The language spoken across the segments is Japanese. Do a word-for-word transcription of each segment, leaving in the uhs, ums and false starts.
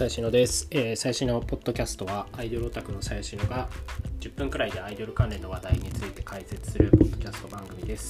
最新のです、えー、最新のポッドキャストはアイドルオタクの最新のがじゅっぷんくらいでアイドル関連の話題について解説するポッドキャスト番組です。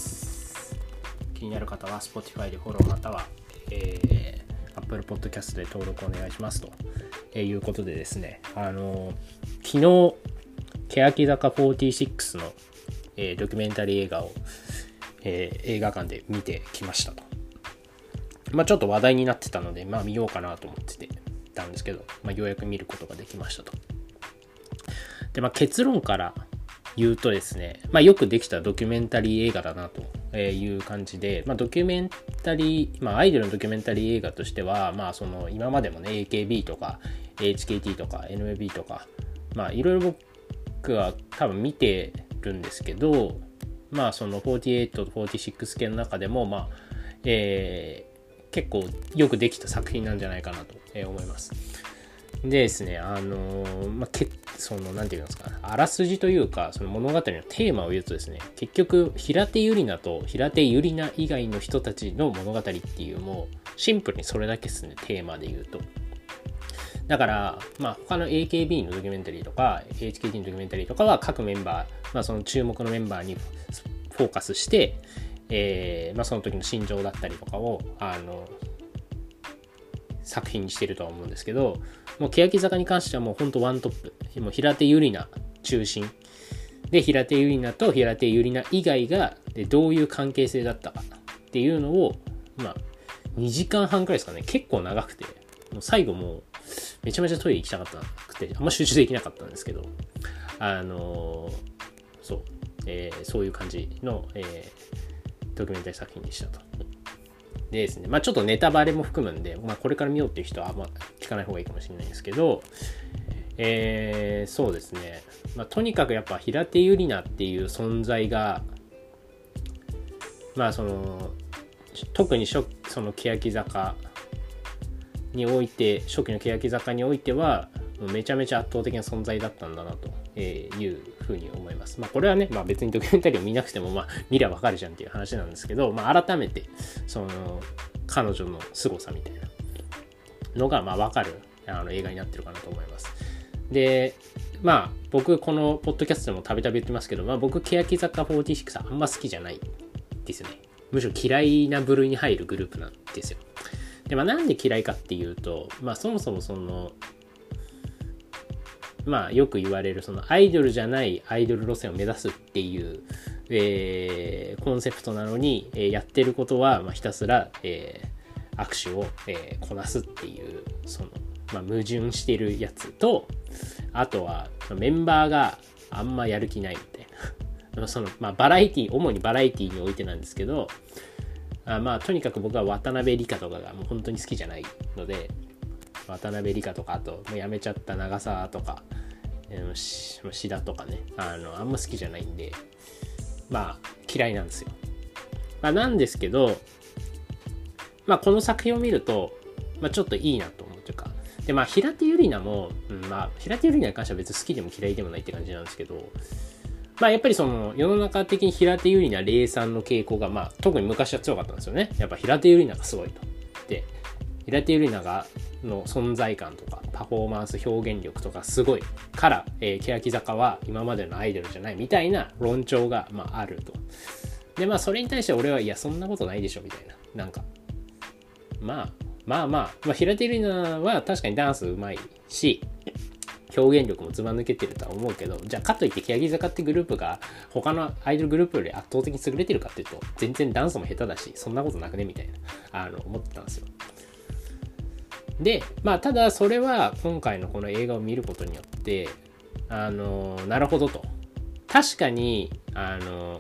気になる方は Spotify でフォローまたは、えー、Apple Podcast で登録お願いしますということでですね、あの昨日欅坂フォーティーシックスの、えー、ドキュメンタリー映画を、えー、映画館で見てきましたと。まあ、ちょっと話題になってたので、まあ、見ようかなと思っててたんですけど、まあ、ようやく見ることができましたと。で、まあ、結論から言うとですね、まあ、よくできたドキュメンタリー映画だなという感じで、まあ、ドキュメンタリー、まあ、アイドルのドキュメンタリー映画としては、まあ、その今までもね エーケービー とか エイチケーティー とか エヌエービー とか、まあ、いろいろ僕は多分見てるんですけど、まあ、そのよんじゅうはちとよんじゅうろく系の中でも、まあ、えー結構よくできた作品なんじゃないかなと思います。でですね、あのー、まあ、けそのなんていうんですか、あらすじというかその物語のテーマを言うとですね、結局平手友梨奈と平手友梨奈以外の人たちの物語っていう、もうシンプルにそれだけですね、テーマで言うと。だからまあ他の エーケービー のドキュメンタリーとか エイチケーティー のドキュメンタリーとかは各メンバー、まあ、その注目のメンバーにフォーカスしてえーまあ、その時の心情だったりとかをあの作品にしてるとは思うんですけど、もう欅坂に関してはもうほんとワントップ、もう平手友梨奈中心で、平手友梨奈と平手友梨奈以外がでどういう関係性だったかっていうのを、まあにじかんはんくらいですかね、結構長くて、もう最後もうめちゃめちゃトイレ行きたかったなくて、あんま集中できなかったんですけど、あのー、そう、えー、そういう感じの、えードキュメンタリー作品でしたと。でですね、まあちょっとネタバレも含むんで、まあこれから見ようっていう人はあんま聞かない方がいいかもしれないんですけど、えー、そうですね、まあとにかくやっぱ平手友梨奈っていう存在が、まあその特に初その欅坂において、初期の欅坂においてはめちゃめちゃ圧倒的な存在だったんだなというふうに思います。まあこれはね、まあ別にドキュメンタリーを見なくてもまあ見りゃわかるじゃんっていう話なんですけど、まあ改めてその彼女の凄さみたいなのがまあわかるあの映画になってるかなと思います。で、まあ僕このポッドキャストでもたびたび言ってますけど、まあ僕欅坂フォーティーシックスあんま好きじゃないですよね。むしろ嫌いな部類に入るグループなんですよ。で、まあなんで嫌いかっていうと、まあそもそもそのまあよく言われるそのアイドルじゃないアイドル路線を目指すっていう、えー、コンセプトなのに、えー、やってることはまあひたすら、えー、握手を、えー、こなすっていうその、まあ、矛盾してるやつと、あとはメンバーがあんまやる気ないみたいなその、まあ、バラエティ主にバラエティにおいてなんですけど、あまあとにかく僕は渡辺理香とかがもう本当に好きじゃないので、渡辺理香とか、あともう辞めちゃった長澤とか志田とかね、あのあんま好きじゃないんで、まあ嫌いなんですよ。まあ、なんですけど、まあこの作品を見ると、まあ、ちょっといいなと思うというか、でまあ平手友梨奈も、うん、まあ平手友梨奈に関しては別に好きでも嫌いでもないって感じなんですけど、まあやっぱりその世の中的に平手友梨奈霊さんの傾向が、まあ特に昔は強かったんですよね。やっぱ平手友梨奈がすごいと。で平手友梨奈がの存在感とかパフォーマンス表現力とかすごいから、えー、欅坂は今までのアイドルじゃないみたいな論調が、まあ、あると。でまあそれに対して俺はいやそんなことないでしょみたいな、なんかまあまあまあ、まあ、平手友梨奈は確かにダンスうまいし表現力もずば抜けてるとは思うけど、じゃあかといって欅坂ってグループが他のアイドルグループより圧倒的に優れてるかっていうと全然ダンスも下手だしそんなことなくねみたいなあの思ってたんですよ。でまあただそれは今回のこの映画を見ることによってあのなるほどと、確かにあの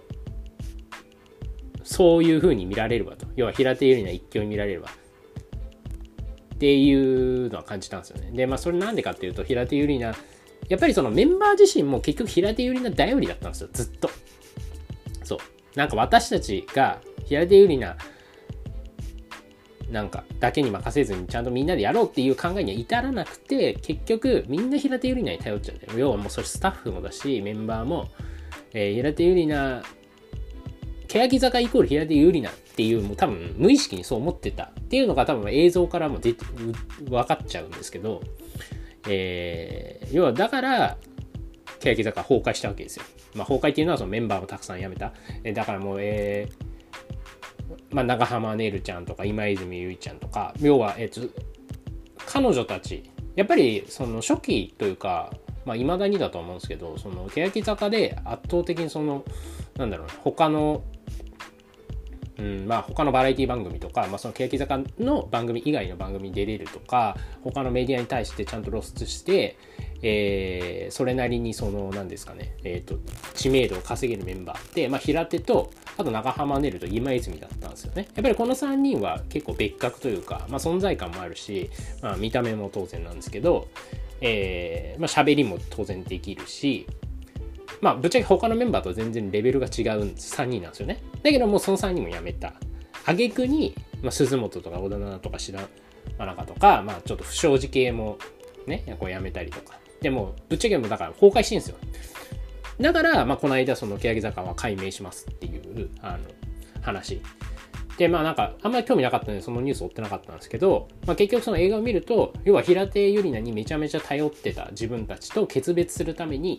そういう風に見られるわと、要は平手友梨奈一強に見られるわっていうのは感じたんですよね。でまあそれなんでかっていうと、平手友梨奈やっぱりそのメンバー自身も結局平手友梨奈頼りだったんですよ、ずっと。そうなんか私たちが平手友梨奈なんかだけに任せずにちゃんとみんなでやろうっていう考えには至らなくて、結局みんな平手友梨奈に頼っちゃうんだよ。要はもうそれスタッフもだしメンバーも、えー、平手友梨奈欅坂イコール平手友梨奈っていう、もう多分無意識にそう思ってたっていうのが多分映像からも出て分かっちゃうんですけど、えー、要はだから欅坂崩壊したわけですよ。まあ、崩壊っていうのはそのメンバーをたくさん辞めた。だからもう、えーまあ、長濱ねるちゃんとか今泉ゆいちゃんとか、要は、えー、彼女たちやっぱりその初期というか、まあ、未だにだと思うんですけど、その欅坂で圧倒的にそのなんだろうな、他のうんまあ、他のバラエティ番組とか、まあ、その欅坂の番組以外の番組に出れるとか、他のメディアに対してちゃんと露出して、えー、それなりにその何ですかね、えーと、知名度を稼げるメンバーって、まあ、平手とあと長濱ねると今泉だったんですよね。やっぱりこのさんにんは結構別格というか、まあ、存在感もあるし、まあ、見た目も当然なんですけど、えーまあ、喋りも当然できるし、まあぶっちゃけ他のメンバーと全然レベルが違うさんにんなんですよね。だけどもうそのさんにんも辞めた挙句に、まあ、鈴本とか小田奈々とか白真中とか、まあ、ちょっと不祥事系もねこう辞めたりとかでもぶっちゃけもだから崩壊してるんですよ。だから、まあ、この間その欅坂は改名しますっていうあの話で、まあなんかあんまり興味なかったのでそのニュース追ってなかったんですけど、まあ、結局その映画を見ると、要は平手友梨奈にめちゃめちゃ頼ってた自分たちと決別するために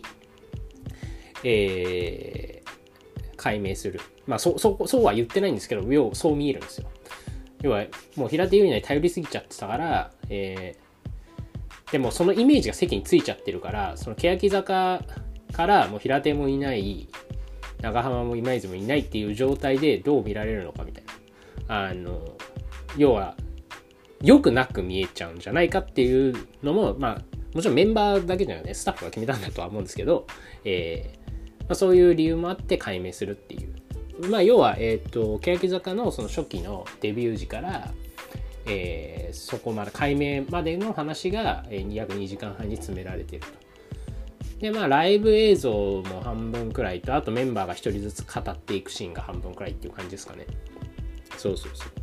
えー、解明する。まあそ、そ、そうは言ってないんですけど、要はそう見えるんですよ。要は、もう平手友梨奈に頼りすぎちゃってたから、えー、でもそのイメージが世間についちゃってるから、その欅坂からもう平手もいない、長濱も今泉もいないっていう状態でどう見られるのかみたいな。あの、要は、よくなく見えちゃうんじゃないかっていうのも、まあ、もちろんメンバーだけじゃなくて、スタッフが決めたんだとは思うんですけど、えーまあ、そういう理由もあって改名するっていう。まあ、要は、えっと、欅坂のその初期のデビュー時から、えー、そこまで改名までの話が約にじかんはんに詰められていると。で、まあ、ライブ映像も半分くらいと、あとメンバーが一人ずつ語っていくシーンが半分くらいっていう感じですかね。そうそうそう。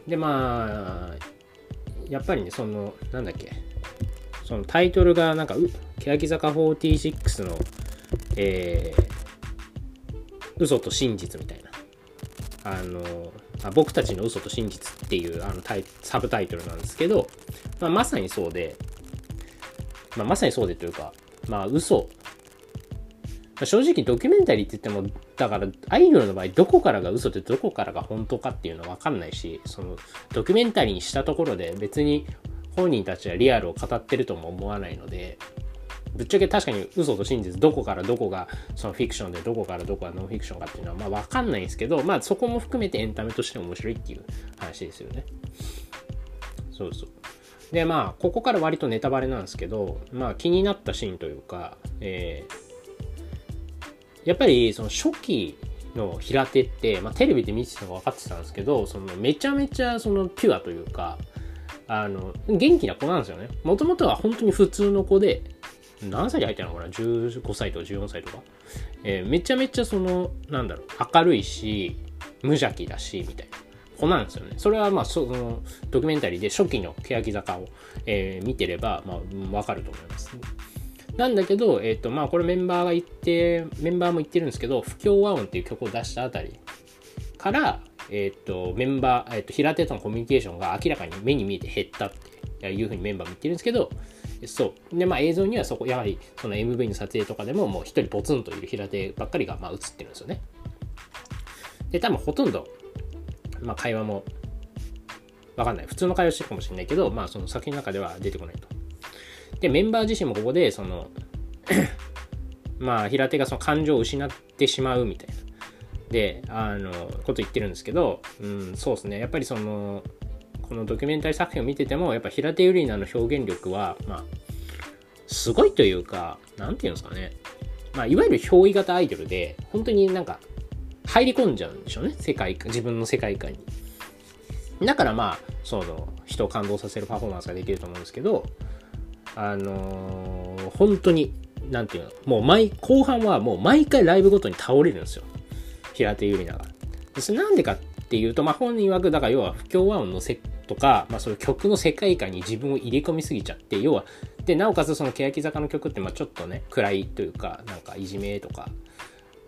で、まあ、やっぱりね、その、なんだっけ、そのタイトルがなんか、欅坂フォーティーシックスのえー、嘘と真実みたいなあのあ僕たちの嘘と真実っていうあのタイサブタイトルなんですけど、まあ、まさにそうで、まあ、まさにそうでというかまあ嘘、まあ、正直ドキュメンタリーって言ってもだからアイドルの場合どこからが嘘でどこからが本当かっていうのは分かんないし、そのドキュメンタリーにしたところで別に本人たちはリアルを語ってるとも思わないので、ぶっちゃけ確かに嘘と真実どこからどこがそのフィクションでどこからどこがノンフィクションかっていうのはまあ分かんないんですけど、まあそこも含めてエンタメとして面白いっていう話ですよね。そうそう。でまあここから割とネタバレなんですけど、まあ気になったシーンというか、えー、やっぱりその初期の平手って、まあ、テレビで見てたのが分かってたんですけど、そのめちゃめちゃそのピュアというかあの元気な子なんですよね。もともとは本当に普通の子で何歳で入ったのかな、じゅうごさいとかじゅうよんさいとか、えー、めちゃめちゃそのなんだろう明るいし無邪気だしみたいな子なんですよね。それはまあそのドキュメンタリーで初期の欅坂を、えー、見てればまあ分かると思います。なんだけど、えっとまあこれメンバーが言ってメンバーも言ってるんですけど、不協和音っていう曲を出したあたりからえっとメンバー、えっと平手とのコミュニケーションが明らかに目に見えて減ったっていうふうにメンバーも言ってるんですけど、そうでまあ映像にはそこやはりその エムブイ の撮影とかでももう一人ポツンといる平手ばっかりがまあ映ってるんですよね。で多分ほとんどまあ会話もわかんない、普通の会話してるかもしれないけど、まあその作品の中では出てこないと。でメンバー自身もここでそのまあ平手がその感情を失ってしまうみたいなであのこと言ってるんですけど、うんそうですね、やっぱりそのこのドキュメンタリー作品を見ててもやっぱ平手友梨奈の表現力はまあすごいというか、なんていうんですかね、まあいわゆる憑依型アイドルで本当になんか入り込んじゃうんでしょうね、世界観、自分の世界観に。だからまあその人を感動させるパフォーマンスができると思うんですけど、あのー、本当になんていうの、もう毎後半はもう毎回ライブごとに倒れるんですよ、平手友梨奈が。それなんでかっていうと、まあ本人曰くだから要は不協和音のせとか、まあそういう曲の世界観に自分を入れ込みすぎちゃって、要はでなおかつその欅坂の曲ってまあちょっとね暗いというかなんかいじめとか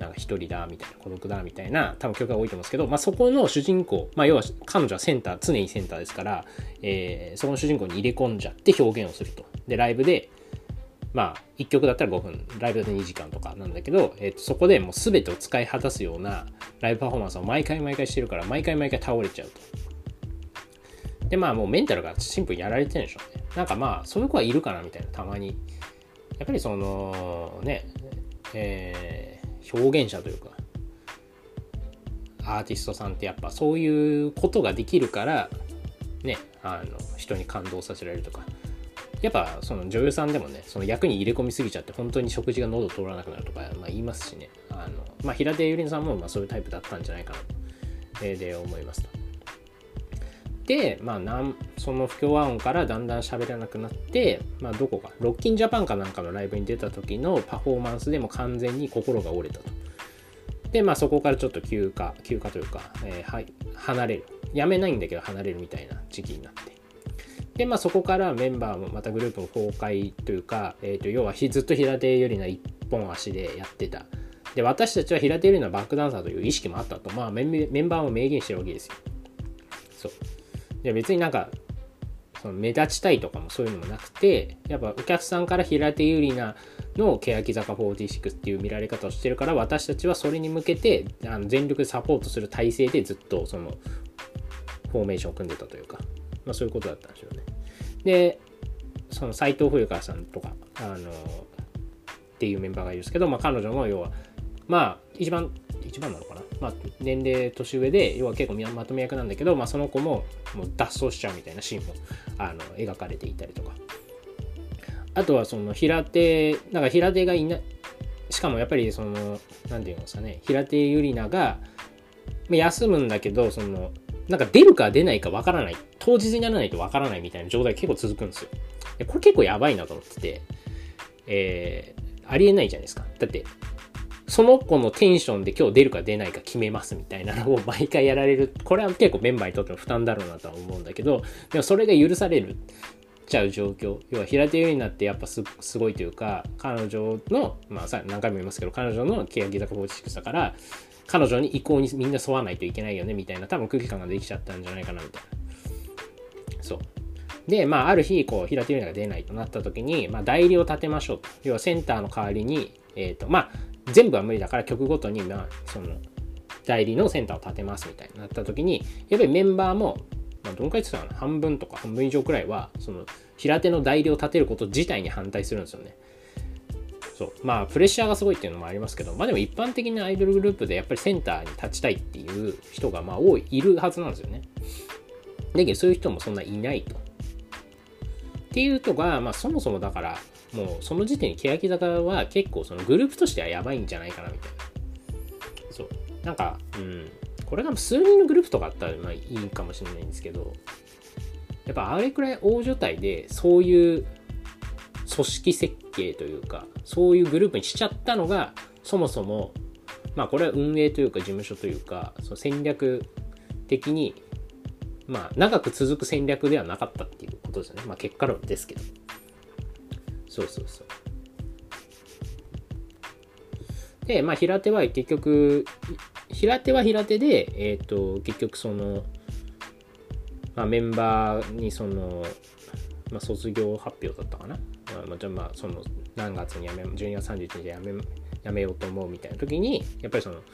なんか一人だみたいな、孤独だみたいな多分曲が多いと思うんですけど、まあ、そこの主人公、まあ、要は彼女はセンター、常にセンターですから、えー、そこの主人公に入れ込んじゃって表現をすると。でライブでまあいっきょくだったらごふん、ライブだとにじかんとかなんだけど、えー、とそこでもう全てを使い果たすようなライブパフォーマンスを毎回毎回してるから、毎回毎回倒れちゃうと。でまあもうメンタルがシンプルにやられてるんでしょうね。なんかまあそういう子はいるかなみたいな、たまにやっぱりそのね、えー、表現者というかアーティストさんってやっぱそういうことができるからね、あの人に感動させられるとか、やっぱその女優さんでもね、その役に入れ込みすぎちゃって本当に食事が喉通らなくなるとか、まあ、言いますしね、あの、まあ、平手友梨奈さんもまあそういうタイプだったんじゃないかなと、えー、で思いますと。で、まあ、なんその不協和音からだんだん喋らなくなって、まあ、どこかロッキンジャパンかなんかのライブに出た時のパフォーマンスでも完全に心が折れたと。でまあそこからちょっと休暇休暇というか、えーはい、離れる、やめないんだけど離れるみたいな時期になって、でまあそこからメンバーもまたグループも崩壊というか、えー、と要はずっと平手友梨奈一本足でやってた。で私たちは平手友梨奈バックダンサーという意識もあったと、まあ、メンメンバーも明言してるわけですよ。そうで別になんかその目立ちたいとかもそういうのもなくて、やっぱお客さんから平手友梨奈の欅坂フォーティーシックスっていう見られ方をしてるから、私たちはそれに向けてあの全力でサポートする体制でずっとそのフォーメーションを組んでたというか、まあ、そういうことだったんでしょうね。でその斉藤冬香さんとかあのっていうメンバーがいるんですけど、まあ、彼女も要はまあ一番一番なのかな、まあ、年齢年上で要は結構まとめ役なんだけど、まあ、その子ももう脱走しちゃうみたいなシーンもあの描かれていたりとか、あとはその平手なんか平手がいない、しかもやっぱりそのなんていうんですかね、平手友梨奈が休むんだけど、そのなんか出るか出ないかわからない、当日にならないとわからないみたいな状態が結構続くんですよ。これ結構やばいなと思ってて、えー、ありえないじゃないですか。だってその子のテンションで今日出るか出ないか決めますみたいなのを毎回やられる、これは結構メンバーにとっての負担だろうなとは思うんだけど、でもそれが許されるちゃう状況、要は平手友梨奈ってやっぱ す, すごいというか、彼女のまあさ何回も言いますけど、彼女の欅坂フォーティーシックスだから彼女に意向にみんな沿わないといけないよねみたいな多分空気感ができちゃったんじゃないかなみたいな。そうでまあある日こう平手友梨奈が出ないとなった時に、まあ、代理を立てましょうと。要はセンターの代わりにえっ、ー、とまあ全部は無理だから曲ごとにまあその代理のセンターを立てますみたいになった時に、やっぱりメンバーもまあどんくらい言ってたかな、半分とか半分以上くらいはその平手の代理を立てること自体に反対するんですよね。そうまあプレッシャーがすごいっていうのもありますけど、まあでも一般的なアイドルグループでやっぱりセンターに立ちたいっていう人がまあ多いいるはずなんですよね。だけどそういう人もそんないないと。っていうとがまあそもそもだからもうその時点に欅坂は結構そのグループとしてはやばいんじゃないかなみたいな。そうなんかうんこれが数人のグループとかあったらまあいいかもしれないんですけど、やっぱあれくらい大所帯でそういう組織設計というかそういうグループにしちゃったのがそもそもまあこれは運営というか事務所というかその戦略的にまあ長く続く戦略ではなかったっていうことですよね。まあ結果論ですけど。そうそうそう。で、まあ平手は結局平手は平手でえっと結局そのまあメンバーにそのまあ卒業発表だったかな。まあじゃあまあその何月に辞めじゅうにがつさんじゅういちにちで辞め辞めようと思うみたいな時にやっぱりその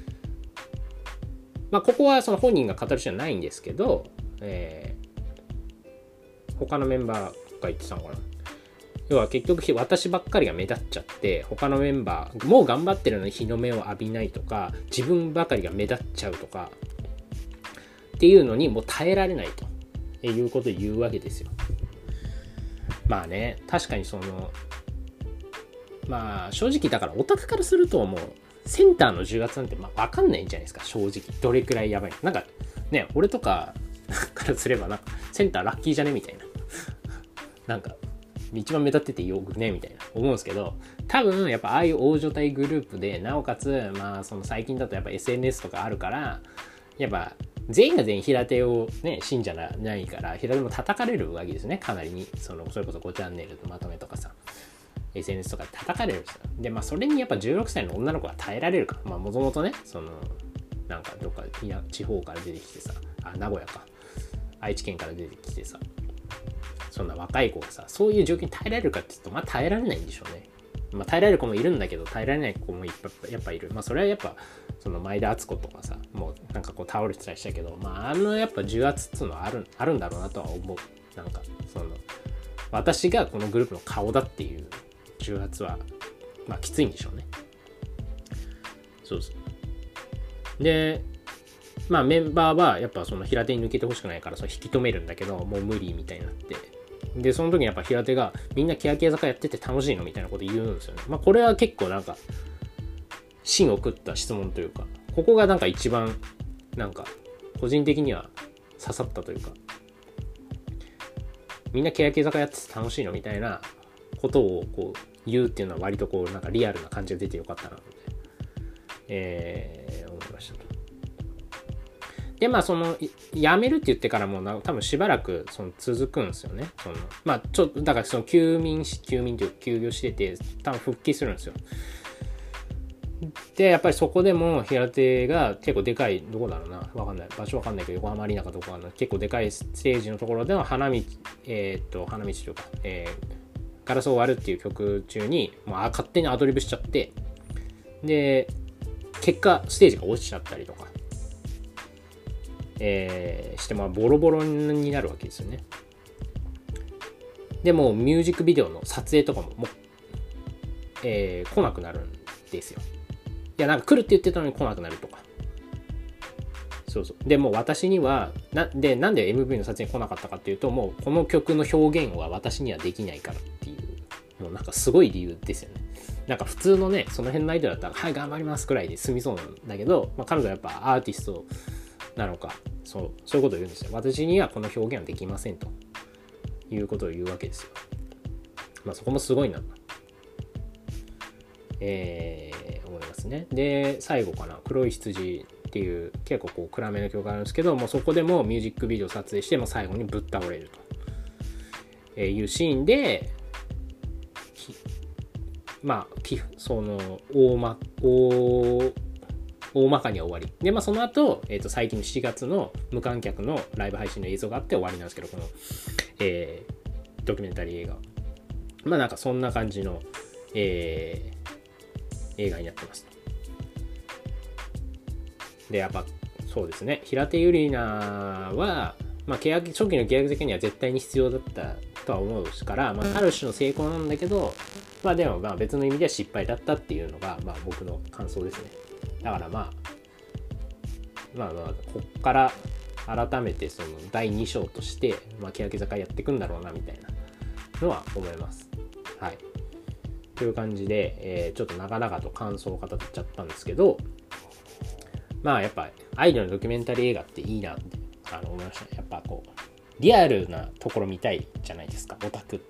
まあここはその本人が語る人じゃないんですけど、えー、他のメンバーが言ってたのかな。要は結局私ばっかりが目立っちゃって他のメンバーもう頑張ってるのに日の目を浴びないとか自分ばかりが目立っちゃうとかっていうのにもう耐えられないということを言うわけですよ。まあね確かにそのまあ正直だからオタクからするともうセンターのじゅうがつなんてまあ分かんないんじゃないですか正直どれくらいやばいなんかね俺とかからすればなんかセンターラッキーじゃねみたいななんか一番目立っててよくねみたいな思うんですけど、多分やっぱああいう大所帯グループでなおかつまあその最近だとやっぱ エスエヌエス とかあるからやっぱ全員が全員平手をね信者じゃないから平手も叩かれるわけですねかなりにそのそれこそごチャンネルのまとめとかさエスエヌエス とかで叩かれるんですよ。でまあそれにやっぱじゅうろくさいの女の子が耐えられるか、まあもともとねそのなんかどっか地方から出てきてさ、あ名古屋か愛知県から出てきてさ、そんな若い子がさそういう状況に耐えられるかって言うとまあ耐えられないんでしょうね。まあ耐えられる子もいるんだけど耐えられない子もいっぱいやっぱいる。まあそれはやっぱその前田敦子とかさもうなんかこう倒れてたりしたけど、まああのやっぱ重圧っていうのはあるあるんだろうなとは思う。なんかその私がこのグループの顔だっていう重圧はまあきついんでしょうね。そうそう。でまあメンバーはやっぱその平手に抜けてほしくないからその引き止めるんだけどもう無理みたいになって、でその時にやっぱ平手がみんな欅坂やってて楽しいのみたいなこと言うんですよね。まあこれは結構なんか芯を食った質問というか、ここがなんか一番なんか個人的には刺さったというか、みんな欅坂やってて楽しいのみたいなことをこう言うっていうのは割とこうなんかリアルな感じが出てよかったなので、えー、思いましたと。でまあその辞めるって言ってからもな多分しばらくその続くんですよね。そのまあちょっとだからその休眠し休眠というか休業してて多分復帰するんですよ。でやっぱりそこでも平手が結構でかいどこだろうなわかんない場所わかんないけど横浜アリーナかどこかの結構でかいステージのところでの花道えー、っと花道というか、えー、ガラスを割るっていう曲中にもう勝手にアドリブしちゃって、で結果ステージが落ちちゃったりとか、えー、してまあボロボロになるわけですよね。でもミュージックビデオの撮影とかももう、えー、来なくなるんですよ。いやなんか来るって言ってたのに来なくなるとか。そうそう。でもう私にはなでなんで エムブイ の撮影に来なかったかっていうと、もうこの曲の表現は私にはできないからっていうもうなんかすごい理由ですよね。なんか普通のねその辺のアイドルだったらはい頑張りますくらいで済みそうなんだけど、まあ、彼女はやっぱアーティストなのかそうそういうことを言うんですよ。私にはこの表現はできませんということを言うわけですよ。まあそこもすごいな。えー、思いますね。で最後かな黒い羊っていう結構こう暗めの曲があるんですけど、もうそこでもミュージックビデオ撮影しても最後にぶっ倒れるというシーンで、まあその大ま大大まかには終わりで、まあその後、えー、と最近しちがつの無観客のライブ配信の映像があって終わりなんですけど、この、えー、ドキュメンタリー映画まあなんかそんな感じの、えー映画になってます。でやっぱそうですね、平手友梨奈は、まあ、契約初期の契約的には絶対に必要だったとは思うから、まあ、ある種の成功なんだけど、まあでもまあ別の意味では失敗だったっていうのが、まあ、僕の感想ですね。だからまあまあまあこっから改めてそのだいに章として、まあ、欅坂やっていくんだろうなみたいなのは思います。はい。という感じで、えー、ちょっと長々と感想を語っちゃったんですけど、まあやっぱアイドルのドキュメンタリー映画っていいなってあの思いましたね。やっぱこうリアルなところ見たいじゃないですか、オタクって。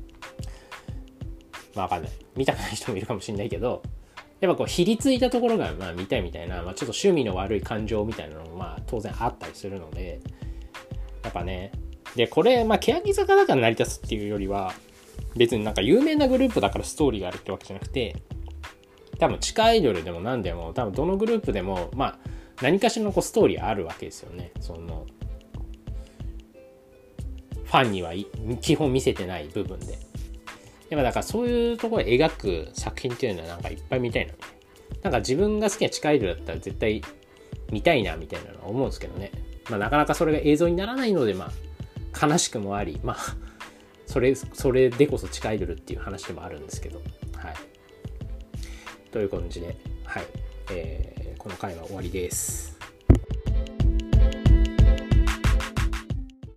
まあわかんない、見たくない人もいるかもしれないけど、やっぱこうひりついたところがまあ見たいみたいな、まあ、ちょっと趣味の悪い感情みたいなのもまあ当然あったりするので、やっぱね、でこれまあ欅坂だから成り立つっていうよりは別になんか有名なグループだからストーリーがあるってわけじゃなくて、多分地下アイドルでも何でも多分どのグループでもまあ何かしらのこうストーリーあるわけですよね。そのファンには基本見せてない部分で。でもだからそういうところを描く作品っていうのはなんかいっぱい見たいのね。なんか自分が好きな地下アイドルだったら絶対見たいなみたいなのは思うんですけどね。まあなかなかそれが映像にならないのでまあ悲しくもあり、まあそれそれでこそ地下アイドルっていう話でもあるんですけど、はい。という感じで、はい、えー、この回は終わりです。